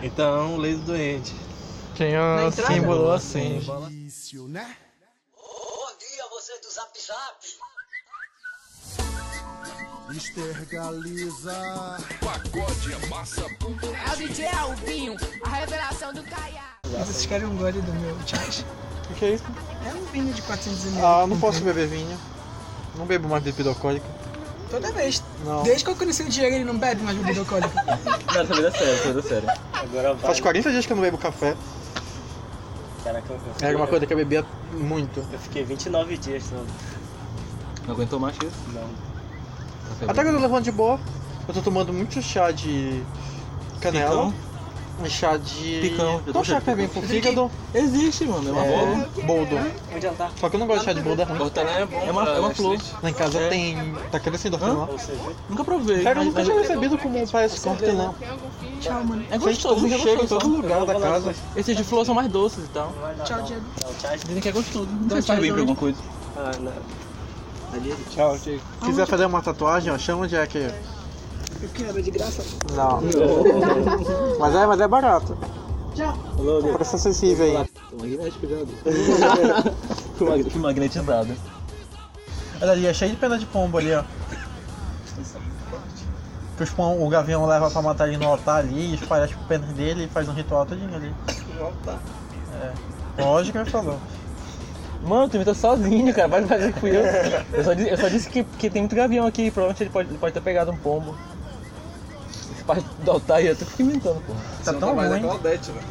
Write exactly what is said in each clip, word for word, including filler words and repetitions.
Então, lei do doente. Tinha um símbolo assim. Isso, né? Bom dia, você do Zap Zap. Mister Galiza. Pagode é massa. É o D J Alvinho, a revelação do Caiá. Vocês querem um gole do meu chás? O que é isso? É um vinho de quatrocentos mililitros. Ah, não posso beber vinho. Não bebo mais bebida alcoólica. Toda vez. Não. Desde que eu conheci o Diego, ele não bebe mais bebida alcoólica. Não, essa vida é sério, essa vida é sério. Agora vai. Faz quarenta dias que eu não bebo café. Caraca, eu, eu, Era uma coisa que eu bebia muito. eu fiquei vinte e nove dias só. Não aguentou mais que isso? Não. Até que eu tô levando de boa. Eu tô tomando muito chá de canela. Picão. Um chá de... Picão. Eu tô Não chá que é bem pro fígado. Existe, mano. É uma É, bola. boldo. Onde ela tá? Só que eu não gosto de chá de boldo, é ruim. Hortelã é bom. É uma, é uma flor. Lá em casa É. tem... Tá crescendo hortelã. Ou seja, Nunca provei. Cara, eu mas- nunca mas- tinha recebido como parece com hortelã. Tchau, mano. É Fez gostoso, todo um é cheiro em gostoso. todo lugar da casa. Esses de flor são mais doces e tal. Tchau, Diego. tchau, tchau. Dizem que é gostoso. Não Então sei se faz bem faz pra hoje. alguma coisa. Ah, não. Ali, Tchau, Diego. Se quiser fazer uma tatuagem, ó, chama o Jack aí. Eu quero, de graça. Não. Mas é, mas é barato. Alô, Deus. Preço acessível aí. Magnético, cuidado. Que magnetizado. Olha ali, é cheio de pena de pombo ali, ó. Que os pom- o gavião leva pra matar ele no altar ali, espalha as penas dele e faz um ritual todinho ali. É. Lógico que ele falou. Mano, tu imitou sozinho, cara. Vai fazer que fui eu. Eu só disse, eu só disse que, que tem muito gavião aqui. Provavelmente ele pode, ele pode ter pegado um pombo. Esse pai do altar aí, eu tô imitando, pô. Tá tão ruim. Claudete, velho.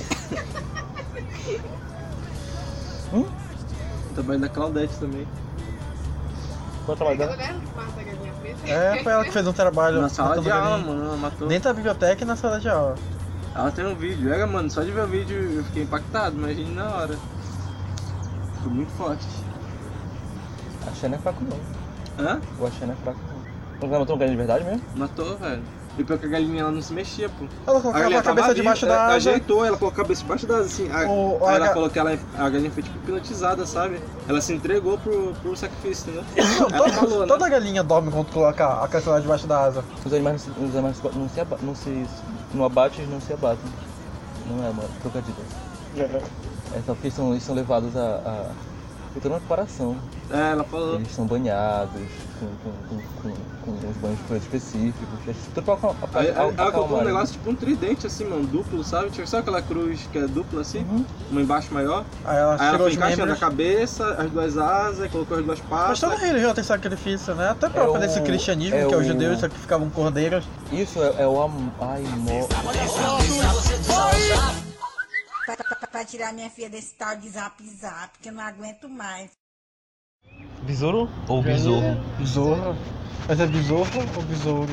Hum? Trabalho da Claudete também. Qual é o trabalho dela? É, foi ela que fez um trabalho Na sala matando de aula, galinha. mano. Ela matou. Dentro da biblioteca e na sala de aula. Ela tem um vídeo. Era, mano, só de ver o vídeo eu fiquei impactado, imagine na hora. Ficou muito forte. A Xena é fraco não. Hã? O Axé não é fraco não. Ela matou um galinho de verdade mesmo? Matou, velho. E pior que a galinha ela não se mexia, pô. Ela colocava a, galinha cabeça tava debaixo viva, da ela asa. ajeitou, ela colocou a cabeça debaixo da asa, assim. A, O- aí a ela ga- falou que ela, a galinha foi tipo hipnotizada, sabe? Ela se entregou pro, pro sacrifício, entendeu? Toda, Ela falou, né? toda galinha dorme quando coloca a cabeça debaixo da asa. Os animais, não se- os animais não se abatem, não se... Não abate, eles não se abatem. Não é, mano, trocadilho. É só porque eles são, eles são levados a... a... Tem toda uma preparação. É, ela falou. Eles são banhados com, com, com, com, com uns banhos de coisa específicos. É tudo pra, pra, pra, Aí, aí, pra ela colocou acalmar um eles. negócio tipo um tridente assim, mano, duplo, sabe? Tipo, sabe aquela cruz que é dupla assim? Uhum. Uma embaixo maior? Aí ela Aí ela tirou foi os encaixando a membros. cabeça, as duas asas, aí colocou as duas Mas patas. toda religião tem sacrifício, né? Até pra É fazer esse o- cristianismo, é que é os o- judeus sacrificavam cordeiros. Isso é, é o am... Ai, mo... Pra, pra- pra tirar minha filha desse tal de zap zap, que eu não aguento mais. Besouro ou besouro? Besouro. Mas é besouro ou besouro?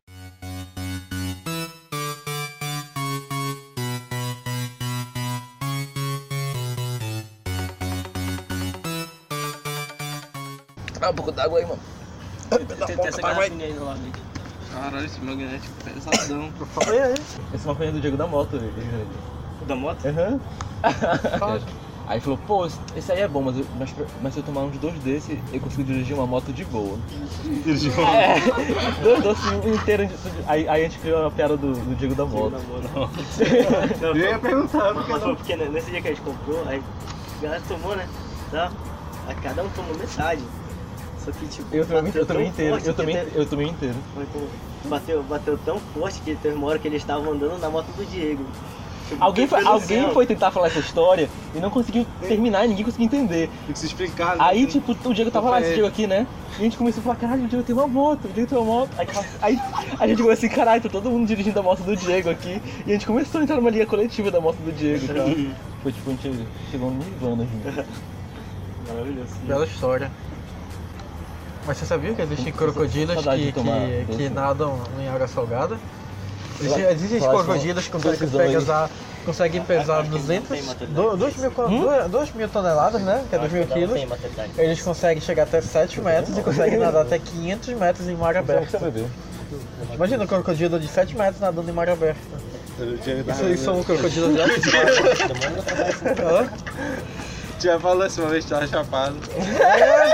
Ah, um pouco d'água aí, mano. Tem, tem essa garrafinha aí do lado aí. Caralho, esse magnético pesadão. Olha aí. Essa é uma coisa do Diego da moto. Ele... ele- Da moto? Aham. Aí falou, pô, esse aí é bom, mas, eu- mas, mas se eu tomar uns dois desses, eu consigo dirigir uma moto de boa. Dirigir É, dois doces um inteiro. de- Aí, aí a gente criou a piada do, do Diego da moto. Não, Eu ia perguntar, porque Mas foi porque nesse dia que a gente comprou, aí a galera tomou, né? Tá? Aí cada um tomou metade. Só que tipo, Eu tomei, bateu eu tomei tão inteiro, forte eu que tomei, teve- eu tomei inteiro. Bateu, bateu tão forte que teve uma hora que eles estavam andando na moto do Diego. Tipo, Alguém, foi, pelo alguém céu. foi tentar falar essa história e não conseguiu terminar e ninguém conseguiu entender. Tem que se explicar, né? Aí, tipo, o Diego tava lá, esse É. Diego aqui, né? E a gente começou a falar, caralho, o Diego tem uma moto, o Diego tem uma moto. Aí, aí a gente começou assim, caralho, tá todo mundo dirigindo a moto do Diego aqui. E a gente começou a entrar numa linha coletiva da moto do Diego, cara. Foi tipo, a gente chegou no Nirvana, gente. Maravilhoso. Bela história. Mas você sabia que existem crocodilos Saudade que, de tomar que, doce. que nadam em água salgada? Existem, Lá- existem lá são crocodilos que conseguem decisões. pesar, conseguem pesar duzentos, do- dois mil, Hum? duas- duas mil toneladas, né? Que é dois mil quilos. Eles conseguem chegar até sete metros e conseguem nadar até quinhentos metros em mar aberto. Imagina um crocodilo de sete metros nadando em mar aberto. Isso aí são crocodilos de alto Já falou assim uma vez que tava chapado.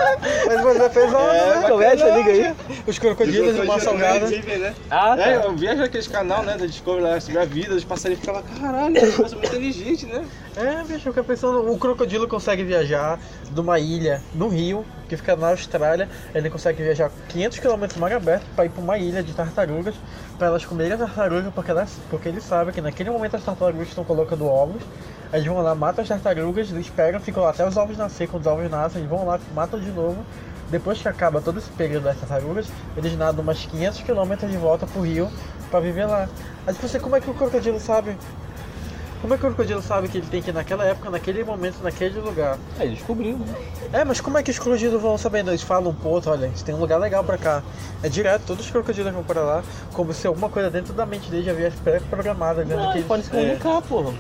Mas você é pesado, É, né? comédia, liga aí. Os crocodilos e uma salgada. Né? Ah, tá. É, eu vejo aqueles canal, né, da Discovery lá sobre a vida, os passarinhos ficavam, caralho, é uma coisa muito inteligente, né? É, bicho, eu fico pensando, o crocodilo consegue viajar de uma ilha no rio, que fica na Austrália, ele consegue viajar quinhentos quilômetros mar aberto para ir para uma ilha de tartarugas, para elas comerem a tartaruga, porque, elas, porque ele sabe que naquele momento as tartarugas estão colocando ovos, eles vão lá, matam as tartarugas, eles pegam, ficam lá até os ovos nascer, quando os ovos nascem, eles vão lá, matam de novo. Depois que acaba todo esse período das tartarugas, eles nadam umas quinhentos quilômetros de volta pro rio para viver lá. Aí você, como é que o crocodilo sabe? Como é que o crocodilo sabe que ele tem que ir naquela época, naquele momento, naquele lugar? Aí ele descobriu, né? É, mas como é que os crocodilos vão sabendo? Eles falam, pô, olha, a gente tem um lugar legal pra cá. É direto, todos os crocodilos vão pra lá, como se alguma coisa dentro da mente dele já viesse pré-programada. Não, ele pode se comunicar, porra.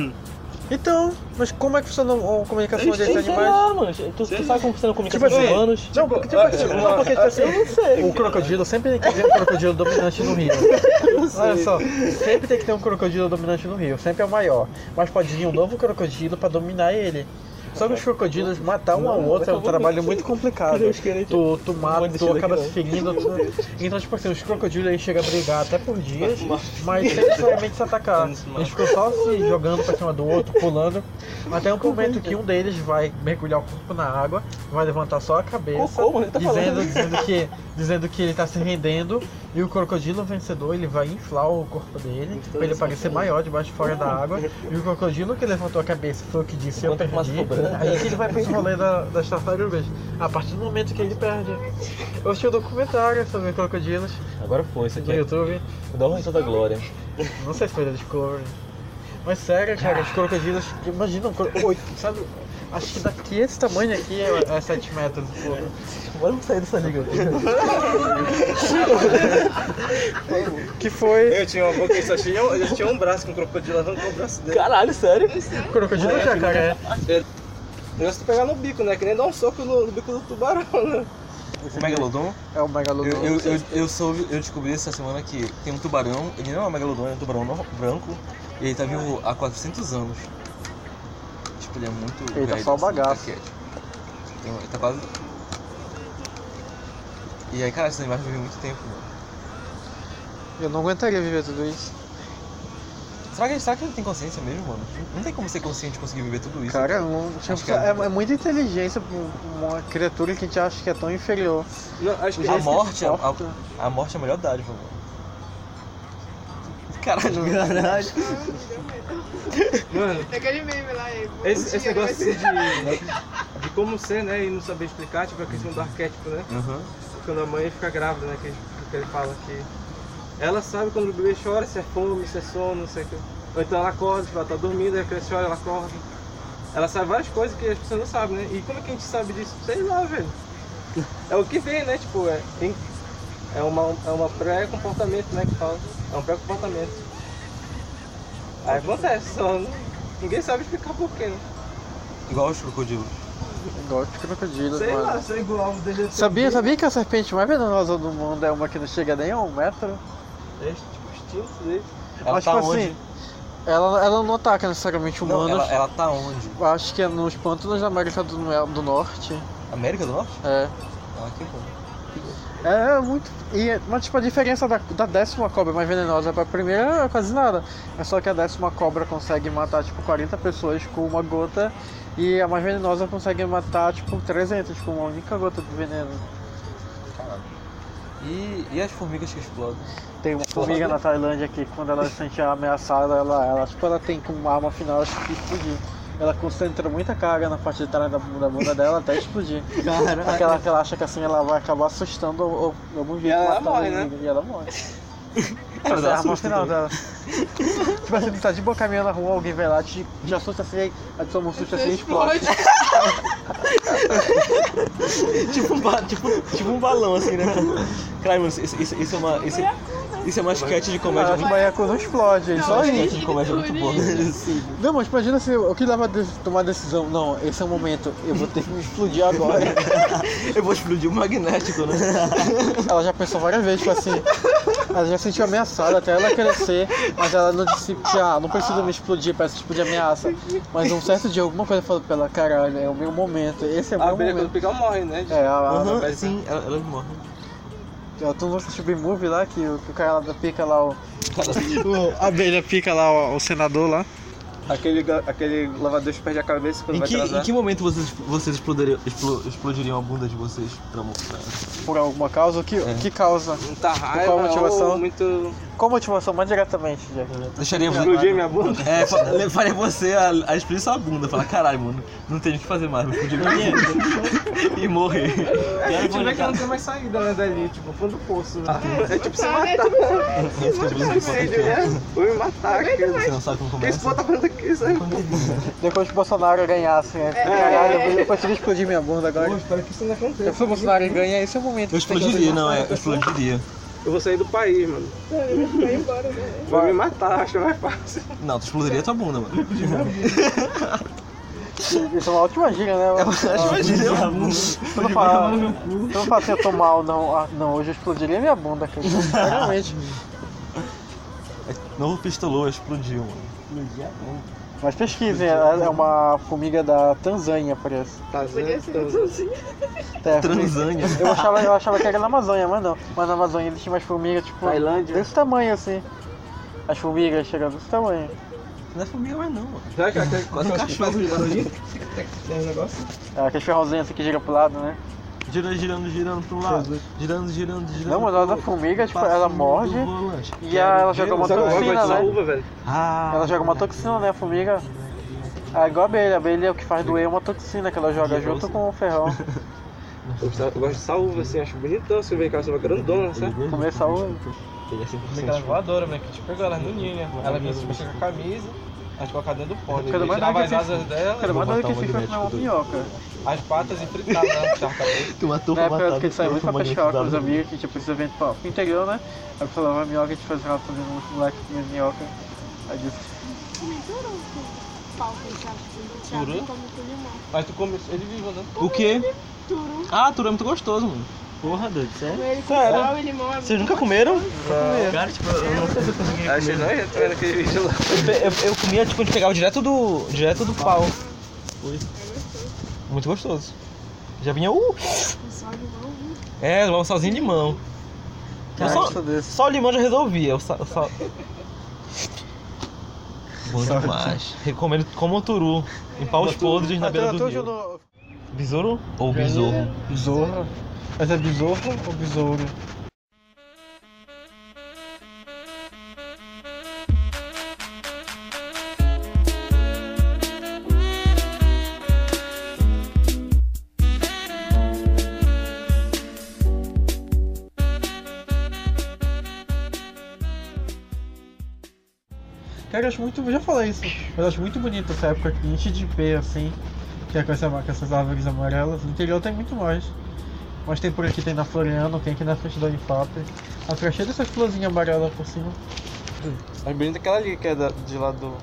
Então, mas como é que funciona a comunicação desses Sei animais? lá, mano. Tu, tu sabe como funciona a comunicação Tipo dos assim, humanos? Não, porque, tipo, assim, não, porque, tipo assim, Eu não sei. o crocodilo sempre tem que ter um crocodilo dominante no rio. Olha só, sempre tem que ter um crocodilo dominante no rio, sempre é o maior. Mas pode vir um novo crocodilo pra dominar ele. Só que os crocodilos matar um ao outro é um trabalho muito complicado. Tu, tu mata, tu acaba se ferindo. Tu... Então, tipo assim, os crocodilos aí chegam a brigar até por dias, mas sem necessariamente se atacar. Eles ficam só se jogando pra cima do outro, pulando, até um momento que um deles vai mergulhar o corpo na água, vai levantar só a cabeça, Cocô, mano, ele tá dizendo, falando. dizendo, que, dizendo que ele tá se rendendo, e o crocodilo vencedor ele vai inflar o corpo dele, pra ele parecer maior debaixo de fora da água, e o crocodilo que levantou a cabeça foi o que disse, eu perdi. Aí que ele vai pro rolê da, das tartarugas, a partir do momento que ele perde. Eu assisti um documentário sobre crocodilos Agora foi, isso aqui. no YouTube. Dá uma risada da glória. Não sei se foi da Discovery. Mas sério, cara, os crocodilos, imagina um crocodilo, sabe? Acho que daqui esse tamanho aqui é, é sete metros, porra. Vamos sair dessa liga aqui. Que foi? Eu tinha uma boca que só tinha, eu tinha um braço com um crocodilo, arrancou o braço dele. Caralho, sério? Crocodilo ou jacaré? O negócio de pegar no bico, né? Que nem dar um soco no, no bico do tubarão, né? O Megalodon? É o Megalodon. Eu, eu, eu, eu, soube, eu descobri essa semana que tem um tubarão, ele não é um Megalodon, é um tubarão no- branco, e ele tá vivo há quatrocentos anos. Tipo, ele é muito Ele tá velho, só o assim, bagaço. tá quieto. Então, ele tá quase... E aí, cara, esses animais vivem muito tempo, mano. Eu não aguentaria viver tudo isso. Será que, será que ele tem consciência mesmo, mano? Não tem como ser consciente e conseguir viver tudo isso. Cara, não, tipo, Acho que é, é muita inteligência pra uma criatura que a gente acha que é tão inferior. Não, acho que A esse- morte, a, a, a morte é a melhor dádiva, mano. Caralho, Caralho. Mano, É aquele meme lá, aí. esse, esse negócio assim de, de como ser, né, e não saber explicar, tipo a questão do arquétipo, né? Uhum. Quando a mãe fica grávida, né, que, que ele fala que ela sabe quando o bebê chora, se é fome, se é sono, não sei o que. Ou então ela acorda, tipo, ela tá dormindo, aí a criança chora, ela acorda. Ela sabe várias coisas que as pessoas não sabem, né? E como é que a gente sabe disso? Sei lá, velho. É o que vem, né? Tipo, é, tem, é uma, é uma pré-comportamento, né, que fala. É um pré-comportamento. Aí acontece, só não, ninguém sabe explicar porquê, né? Igual os crocodilos. Igual de crocodilos, Sei mano. lá, sei igual o dele. Sabia, sabia que a serpente mais venenosa do mundo é uma que não chega nem a um metro? É tipo instinto dele. Ela Mas, tá tipo onde? assim, ela, ela não ataca necessariamente Não, humanos. ela, ela tá onde? Acho que é nos pântanos da América do, do Norte. América do Norte? É. Ah, que bom. É muito. E, mas tipo, a diferença da, da décima cobra mais venenosa pra primeira é quase nada. É só que a décima cobra consegue matar tipo quarenta pessoas com uma gota e a mais venenosa consegue matar tipo trezentas com uma única gota de veneno. Caralho. E, e as formigas que explodem? Tem uma formiga na Tailândia que quando ela se sente ameaçada, ela, ela, tipo, ela tem como arma final ela fica explodir. Ela concentra muita carga na parte de trás da, da bunda dela até explodir. Caralho. Porque ela, que ela acha que assim ela vai acabar assustando ou, ou algum jeito ela matando morre, a né? inimiga, e ela morre. Ela Essa é a dá arma susto final também. dela. Tipo assim, tu tá de boa caminhando na rua, alguém vai lá, te, te assusta assim, aí toma um susto assim e explode. tipo, um ba- tipo, tipo um balão, assim, né? Caralho, mano, isso, isso, isso é uma. Isso, isso é uma sketch de comédia Mas o baiacu não explode, ele só Uma ri. sketch de comédia muito boa. Não, mas imagina se o que leva a de- tomar a decisão, não, esse é o momento, eu vou ter que me explodir agora. Eu vou explodir o magnético, né? Ela já pensou várias vezes, tipo assim, Ela já se sentiu ameaçada até ela crescer, mas ela não disse que ah, não precisa me explodir pra esse tipo de ameaça. Mas um certo dia alguma coisa falou pra ela, caralho, é o meu momento, esse é o A meu abelha momento. quando pica morre, né? É, a, a, Uhum, a, sim, ela, ela morre. tu não assistiu o B-Movie lá, que, o- que o cara lá pica lá o... o a abelha pica lá o, o senador lá. Aquele, ga- aquele lavador que perde a cabeça quando Em vai que, transar. em que momento vocês, vocês explodiriam, explo- explodiriam a bunda de vocês pra mostrar? Por alguma causa? O que, É. que causa? Muita raiva, Qual a motivação? ou muito... Qual motivação? Mais diretamente, Jack. Deixaria Explodir minha bunda? É, fa- faria você a, a explodir sua bunda. Falar, caralho, mano, não tem o que fazer mais, vou explodir minha bunda e morrer. É, se tiver que não tem mais saída, né, dali, tipo, fundo do poço. Né? É tipo se Ah, matar. é tipo isso. É tipo suicídio, né? Vou me matar, cara. Você não sabe como Que começa? esse pô tá fazendo aqui, isso aí. Depois que o Bolsonaro ganhasse, né? Caralho, eu vou conseguir explodir minha bunda agora. Pô, espero que isso não aconteça. Se o Bolsonaro ganha, esse é o momento. Eu que tem que explodiria, fazer. não, é, eu explodiria. Eu vou sair do país, mano. Vai embora, né? Vou me matar, acho mais fácil. Não, tu explodiria tua bunda, mano. Isso é uma ótima gíria, né? Explodiria a bunda. Tu não fala, tu não fala assim, eu tô mal, não. Ah, não, hoje eu explodiria minha bunda, cara. Sinceramente. Novo pistolou, explodiu, mano. Mas pesquisem, ela é uma formiga da Tanzânia, parece. Tá Podia ser vendo? sozinho. É, Tranzânia. Eu achava, eu achava que era na Amazônia, mas não. Mas na Amazônia eles tinham umas formigas, tipo, Tailândia. desse tamanho assim. As formigas chegam desse tamanho. Não é formiga mais não, mano. Já que aquele Quase um cachorro. Tem um negócio? É, aqueles ferrãozinhos assim que giram pro lado, né? Girando, girando, girando pro lado. Girando, girando, girando. Não, mas a da formiga, tipo, ela Passando morde do volante. e a- ela joga uma Sabe o toxina, negócio da né? uva, velho? Ah, Ela joga uma toxina, né, a formiga? É igual a abelha, a abelha o que faz doer é uma toxina que ela joga junto com o ferrão. Eu gosto- eu gosto de saúva, assim, acho bonitão. Você vê aquela saúva grandona, sabe? Comer saúde. ele é cem por cento. Aquela voadora, né? Que a gente pegou ela no ninho, né? Ela vinha se mexer com a camisa, a gente colocava dentro do pônei. Cada mais Tirava as doido que asas dela, Cada mais doido que fica comer uma minhoca. as patas e fritava, né? Puxava a cabeça. Tu matou Na pra época matar. que a gente saiu muito pra pescar com os amigos, que tipo, esse evento pro interior, né? Aí você levava a minhoca e a gente fazia lá fazendo uns moleques comendo minhoca. Aí disse, Turu? Mas tu come ele vivo, né? O quê? Turu. Ah, turu é muito gostoso, mano. Porra, doido, sério? Ele com sal e limão. é Vocês nunca comeram? Cara, tipo, eu não sei se eu consegui Achei comer. nojento vendo aquele vídeo lá. Eu, pe- eu, eu comia, tipo, a gente pegava direto do, direto do pau. Muito gostoso. Já vinha, uh! Sal e limão. É, logo sozinho e limão. Eu só, gosto desse. só o limão já resolvia. Eu só, eu só... Bom demais. Recomendo como o turu. Em paus podres na beira do rio. Besouro ou besouro? Besouro. Mas é besouro ou besouro? Cara, eu acho muito. Eu já falei isso. Mas eu acho muito bonito essa época aqui, enche de pé assim. Que é com, essa, com essas árvores amarelas. No interior tem muito mais. Mas tem por aqui, tem na Floriano, tem aqui na frente da Unifap. A frente é cheia dessas florzinhas amarelas por cima. Mas bonita aquela ali que é da, de lá do.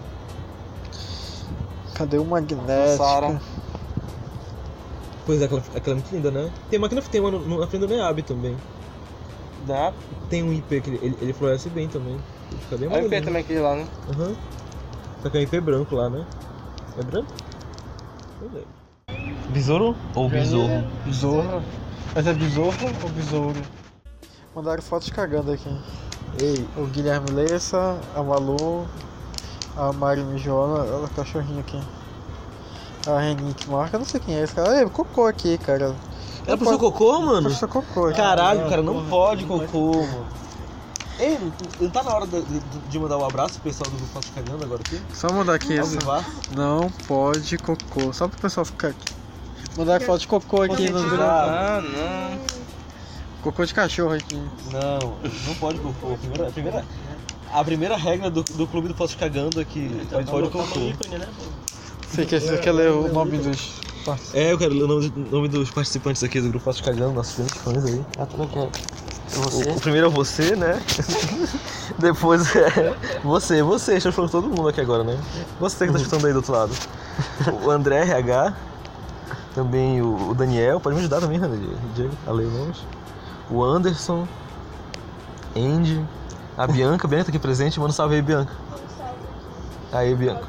Cadê o magnético? Saara. Pois é, aquela, aquela é muito linda, né? Tem uma aqui no, tem uma no, no, na frente do Neab também. Da Tem um I P que ele, ele, ele floresce bem também. Fica bem A M P amarelinho. também aqui lá, né? Aham. Só que é um I P branco lá, né? É branco? Não lembro. Besouro ou besouro? Besouro. Mas é besouro ou besouro? Mandaram fotos cagando aqui. Ei, O Guilherme Lessa, a Malu, a Mari Mijona, olha o cachorrinho aqui. A Renique Marca, eu não sei quem é esse cara. Ei, cocô aqui, cara. ela postou cocô, mano? Postou cocô aqui. Caralho, cara, não pode cocô, mano. Ei, não- não tá na hora de, de, de mandar um abraço pro pessoal do Grupo Fotos Cagando agora aqui? Só mudar aqui Ao isso. vivar? Não pode cocô. Só pro pessoal ficar aqui. Mandar foto de cocô aqui no grupo. Ah, não. Cocô de cachorro aqui. Não, não pode cocô. A primeira, a primeira, a primeira regra do, do clube do Fotos Cagando é que não pode cocô. Você quer, você quer ler o nome dos participantes? É, eu quero ler o nome, o nome dos participantes aqui do Grupo Fotos Cagando, nossos grandes fãs aí. Ah, tu não quer. O, o primeiro é você, né? Depois é você, você, estou falando todo mundo aqui agora, né? Você que tá escutando aí do outro lado. O André R H, também o, o Daniel, pode me ajudar também, né, Diego? A ler os nomes. O Anderson, Andy, A Bianca, Bianca tá aqui presente, manda um salve aí, Bianca. Aí, Bianca.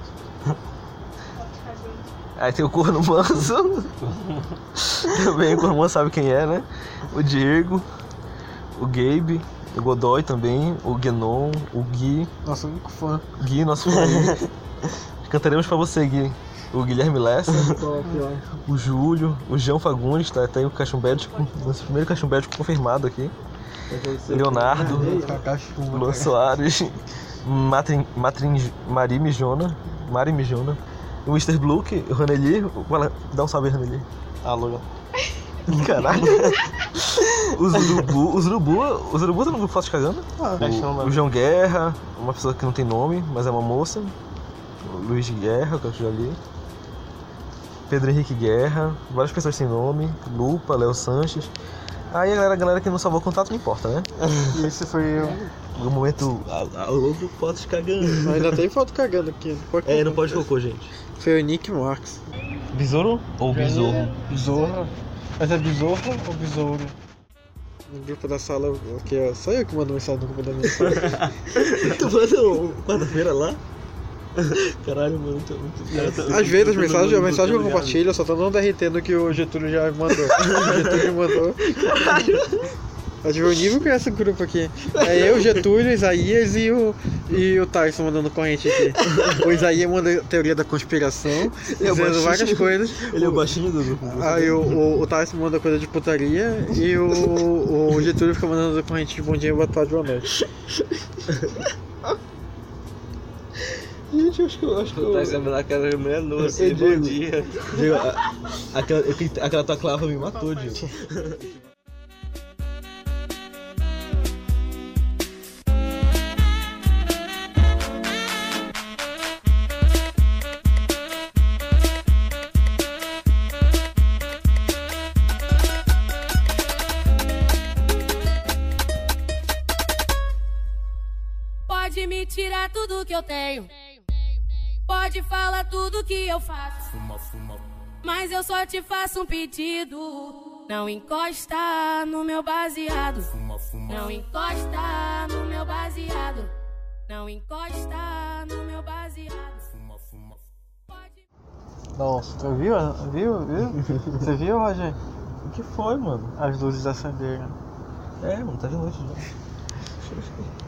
Aí tem o Corno Manso. Também o Corno Manso sabe quem é, né? O Diego, o Gabe, o Godoy também, o Guenon, o Gui. Nosso único fã. Gui, nosso fã. Cantaremos pra você, Gui. O Guilherme Lessa, o Júlio, o João Fagundes, tá, tá aí o Cachumbético, nosso primeiro Cachumbético confirmado aqui. Leonardo, Luan Soares, Matrin, Matrin, Mari Mijona, Mari Mijona, o mister Bluke, o Raneli, dá um salve aí, Raneli. Alô. Caralho. Os Urubu, os Urubu, os Urubu tá no grupo Fotos Cagando? Ah, o, o João Guerra, uma pessoa que não tem nome, mas é uma moça. O Luiz Guerra, que eu já li. Pedro Henrique Guerra, várias pessoas sem nome, Lupa, Léo Sanches. Aí a galera, a galera que não salvou contato não importa, né? E esse foi eu. No momento, ao louco, fotos cagando. Mas ainda tem foto cagando aqui. Não pode é, não pode cocô, gente. Foi o Nick Marks. Besouro ou besouro? Besouro. Mas é besouro ou besouro? No grupo da sala, aqui ó, só eu que mando mensagem no grupo da minha sala. Tu manda quarta-feira lá? Caralho, mano, tô muito... Às vezes as mensagens, a mensagem que eu compartilho, eu só tô não derretendo que o Getúlio já mandou. O Getúlio mandou. Pode ver o nível que é esse grupo aqui. É eu, Getúlio, Isaías e o, e o Tyson mandando corrente aqui. O Isaías manda teoria da conspiração, dizendo várias coisas. Ele é o baixinho do grupo. Aí o, o, o Tyson manda coisa de putaria e o, o Getúlio fica mandando corrente de bom dia, boa tarde, boa noite. Gente, eu acho que eu acho que eu... Tá sabendo aquela mulher nua assim, Ei, bom Diego, dia. Diego, a, aquela, aquela tua clava me matou, Diego. Pode me tirar tudo que eu tenho, pode falar tudo que eu faço, mas eu só te faço um pedido: não encosta no meu baseado, não encosta no meu baseado, não encosta no meu baseado. Nossa, tu viu? Viu? Viu? Você viu, Roger? O que foi, mano? As luzes acenderam. É, mano, tá de noite já.